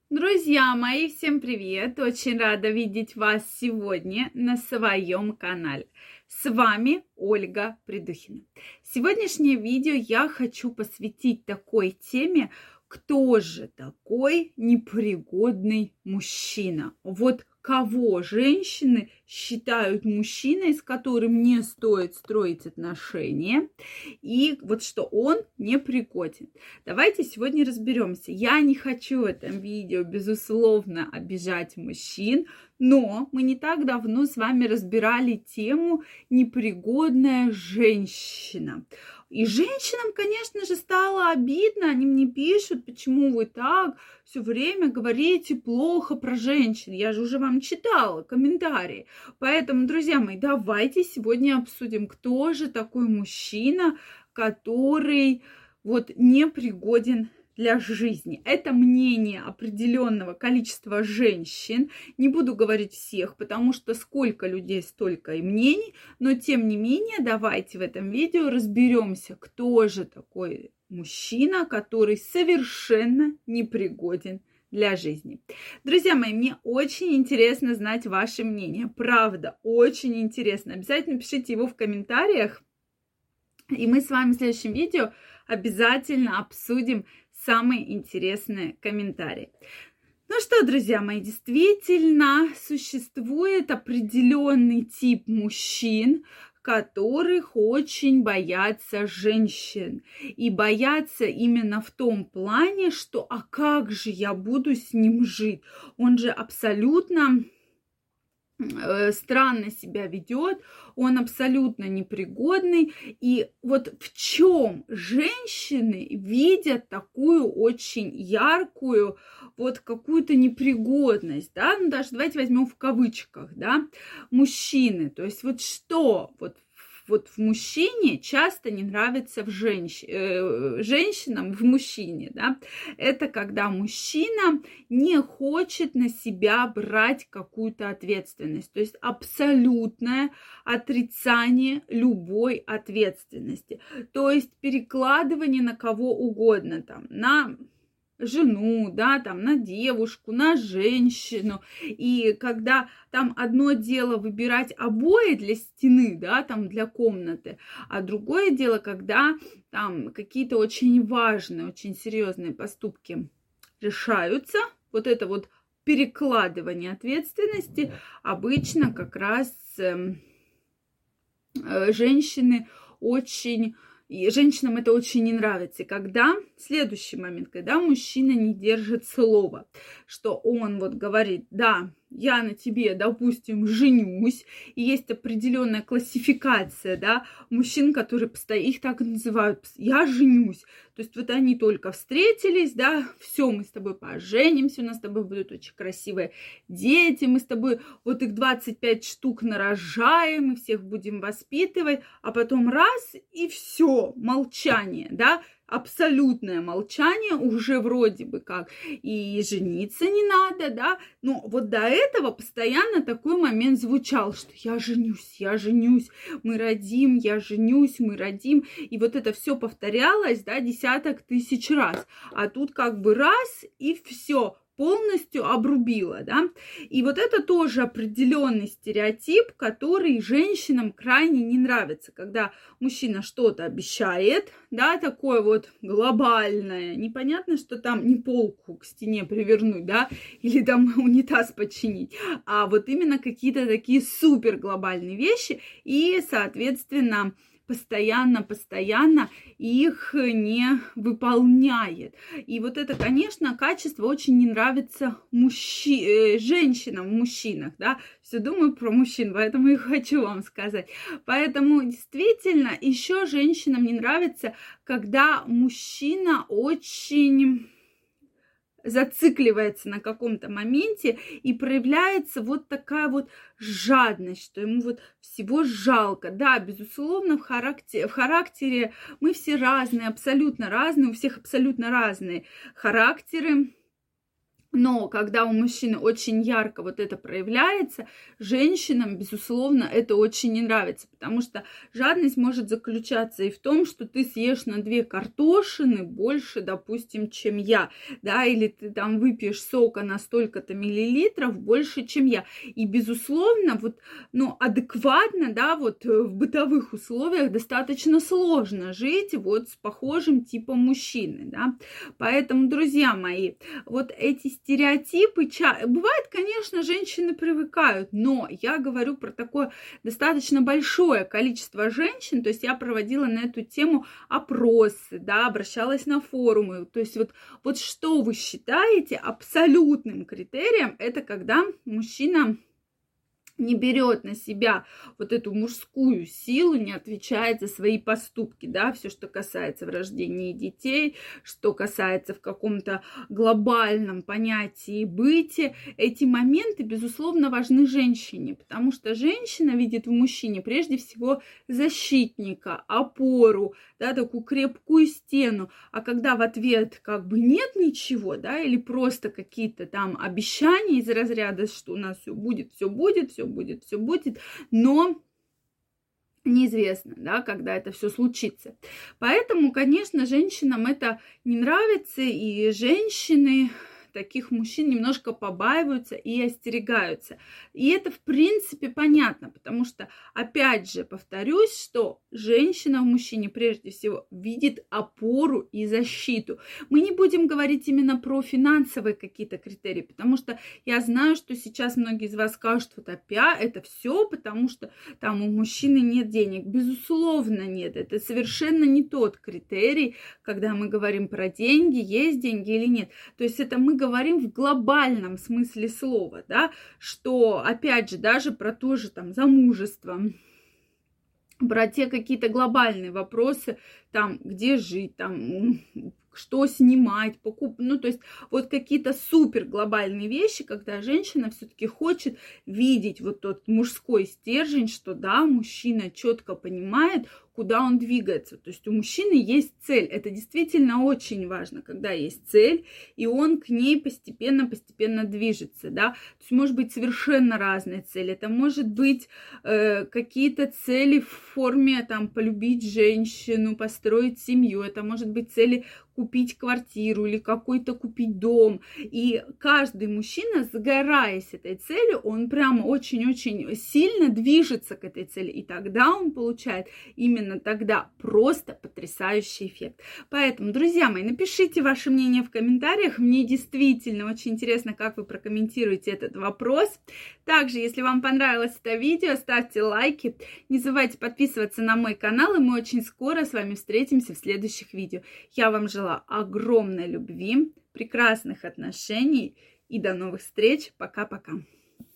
Друзья мои, всем привет! Очень рада видеть вас сегодня на своем канале. С вами Ольга Придухина. Сегодняшнее видео я хочу посвятить такой теме, кто же такой непригодный мужчина. Вот кого женщины считают мужчиной, с которым не стоит строить отношения, и вот что он непригоден. Давайте сегодня разберемся. Я не хочу в этом видео, безусловно, обижать мужчин, но мы не так давно с вами разбирали тему «непригодная женщина». И женщинам, конечно же, стало обидно, они мне пишут, почему вы так все время говорите плохо про женщин. Я же уже вам читала комментарии. Поэтому, друзья мои, давайте сегодня обсудим, кто же такой мужчина, который вот непригоден для жизни. Это мнение определенного количества женщин. Не буду говорить всех, потому что сколько людей, столько и мнений. Но тем не менее, давайте в этом видео разберемся, кто же такой мужчина, который совершенно непригоден для жизни. Друзья мои, мне очень интересно знать ваше мнение. Правда, очень интересно. Обязательно пишите его в комментариях. И мы с вами в следующем видео обязательно обсудим самые интересные комментарии. Ну что, друзья мои, действительно существует определенный тип мужчин, которых очень боятся женщин. И боятся именно в том плане, что «а как же я буду с ним жить? Он же абсолютно странно себя ведет, он абсолютно непригодный». И вот в чем женщины видят такую очень яркую вот какую-то непригодность, да, ну даже давайте возьмем в кавычках, да, мужчины, то есть вот что вот в мужчине часто не нравится в женщинам в мужчине, да, это когда мужчина не хочет на себя брать какую-то ответственность, то есть абсолютное отрицание любой ответственности, то есть перекладывание на кого угодно, там, на жену, да, там, на девушку, на женщину. И когда там одно дело выбирать обои для стены, да, там, для комнаты, а другое дело, когда там какие-то очень важные, очень серьезные поступки решаются, вот это вот перекладывание ответственности обычно как раз женщины очень... И женщинам это очень не нравится. Когда, следующий момент, когда мужчина не держит слова, что он вот говорит, да, я на тебе, допустим, женюсь, и есть определенная классификация, да, мужчин, которые постоянно, их так и называют, я женюсь. То есть вот они только встретились, да, все, мы с тобой поженимся, у нас с тобой будут очень красивые дети, мы с тобой вот их 25 штук нарожаем, мы всех будем воспитывать, а потом раз, и все, молчание, да, абсолютное молчание, уже вроде бы как и жениться не надо, да, но вот до этого постоянно такой момент звучал, что я женюсь, мы родим, я женюсь, мы родим, и вот это все повторялось, да, десяток тысяч раз, а тут как бы раз, и все, полностью обрубила, да, и вот это тоже определенный стереотип, который женщинам крайне не нравится, когда мужчина что-то обещает, да, такое вот глобальное, непонятно, что там не полку к стене привернуть, да, или там унитаз починить, а вот именно какие-то такие супер глобальные вещи, и, соответственно, постоянно их не выполняет. И вот это, конечно, качество очень не нравится женщинам в мужчинах, да. Все думаю про мужчин, поэтому и хочу вам сказать. Поэтому действительно еще женщинам не нравится, когда мужчина очень зацикливается на каком-то моменте и проявляется вот такая вот жадность, что ему вот всего жалко. Да, безусловно, в характере мы все разные, абсолютно разные, у всех абсолютно разные характеры. Но когда у мужчины очень ярко вот это проявляется, женщинам, безусловно, это очень не нравится, потому что жадность может заключаться и в том, что ты съешь на 2 картошины больше, допустим, чем я, да, или ты там выпьешь сока на столько-то миллилитров больше, чем я. И, безусловно, вот, ну, адекватно, да, вот в бытовых условиях достаточно сложно жить вот с похожим типом мужчины, да. Поэтому, друзья мои, вот эти стереотипы, бывает, конечно, женщины привыкают, но я говорю про такое достаточно большое количество женщин, то есть я проводила на эту тему опросы, да, обращалась на форумы, то есть вот что вы считаете абсолютным критерием, это когда мужчина не берет на себя вот эту мужскую силу, не отвечает за свои поступки, да, все, что касается в рождении детей, что касается в каком-то глобальном понятии быте, эти моменты, безусловно, важны женщине, потому что женщина видит в мужчине прежде всего защитника, опору, да, такую крепкую стену, а когда в ответ как бы нет ничего, да, или просто какие-то там обещания из разряда, что у нас все будет, но неизвестно, да, когда это все случится. Поэтому, конечно, женщинам это не нравится, и женщины таких мужчин немножко побаиваются и остерегаются. И это, в принципе, понятно, потому что, опять же, повторюсь, что женщина в мужчине прежде всего видит опору и защиту. Мы не будем говорить именно про финансовые какие-то критерии, потому что я знаю, что сейчас многие из вас скажут, вот опять это все, потому что там у мужчины нет денег. Безусловно, нет. Это совершенно не тот критерий, когда мы говорим про деньги, есть деньги или нет. То есть это мы говорим в глобальном смысле слова, да, что, опять же, даже про то же там замужество, про те какие-то глобальные вопросы, там, где жить, там, что снимать, ну, то есть вот какие-то супер глобальные вещи, когда женщина все-таки хочет видеть вот тот мужской стержень, что да, мужчина четко понимает, куда он двигается. То есть у мужчины есть цель. Это действительно очень важно, когда есть цель, и он к ней постепенно движется, да. То есть может быть совершенно разные цели. Это может быть какие-то цели в форме, там, полюбить женщину, построить семью. Это может быть цели купить квартиру или какой-то купить дом. И каждый мужчина, загораясь этой целью, он прямо очень-очень сильно движется к этой цели. И тогда он получает именно тогда просто потрясающий эффект. Поэтому, друзья мои, напишите ваше мнение в комментариях. Мне действительно очень интересно, как вы прокомментируете этот вопрос. Также, если вам понравилось это видео, ставьте лайки. Не забывайте подписываться на мой канал, и мы очень скоро с вами встретимся в следующих видео. Я вам желаю огромной любви, прекрасных отношений и до новых встреч. Пока-пока.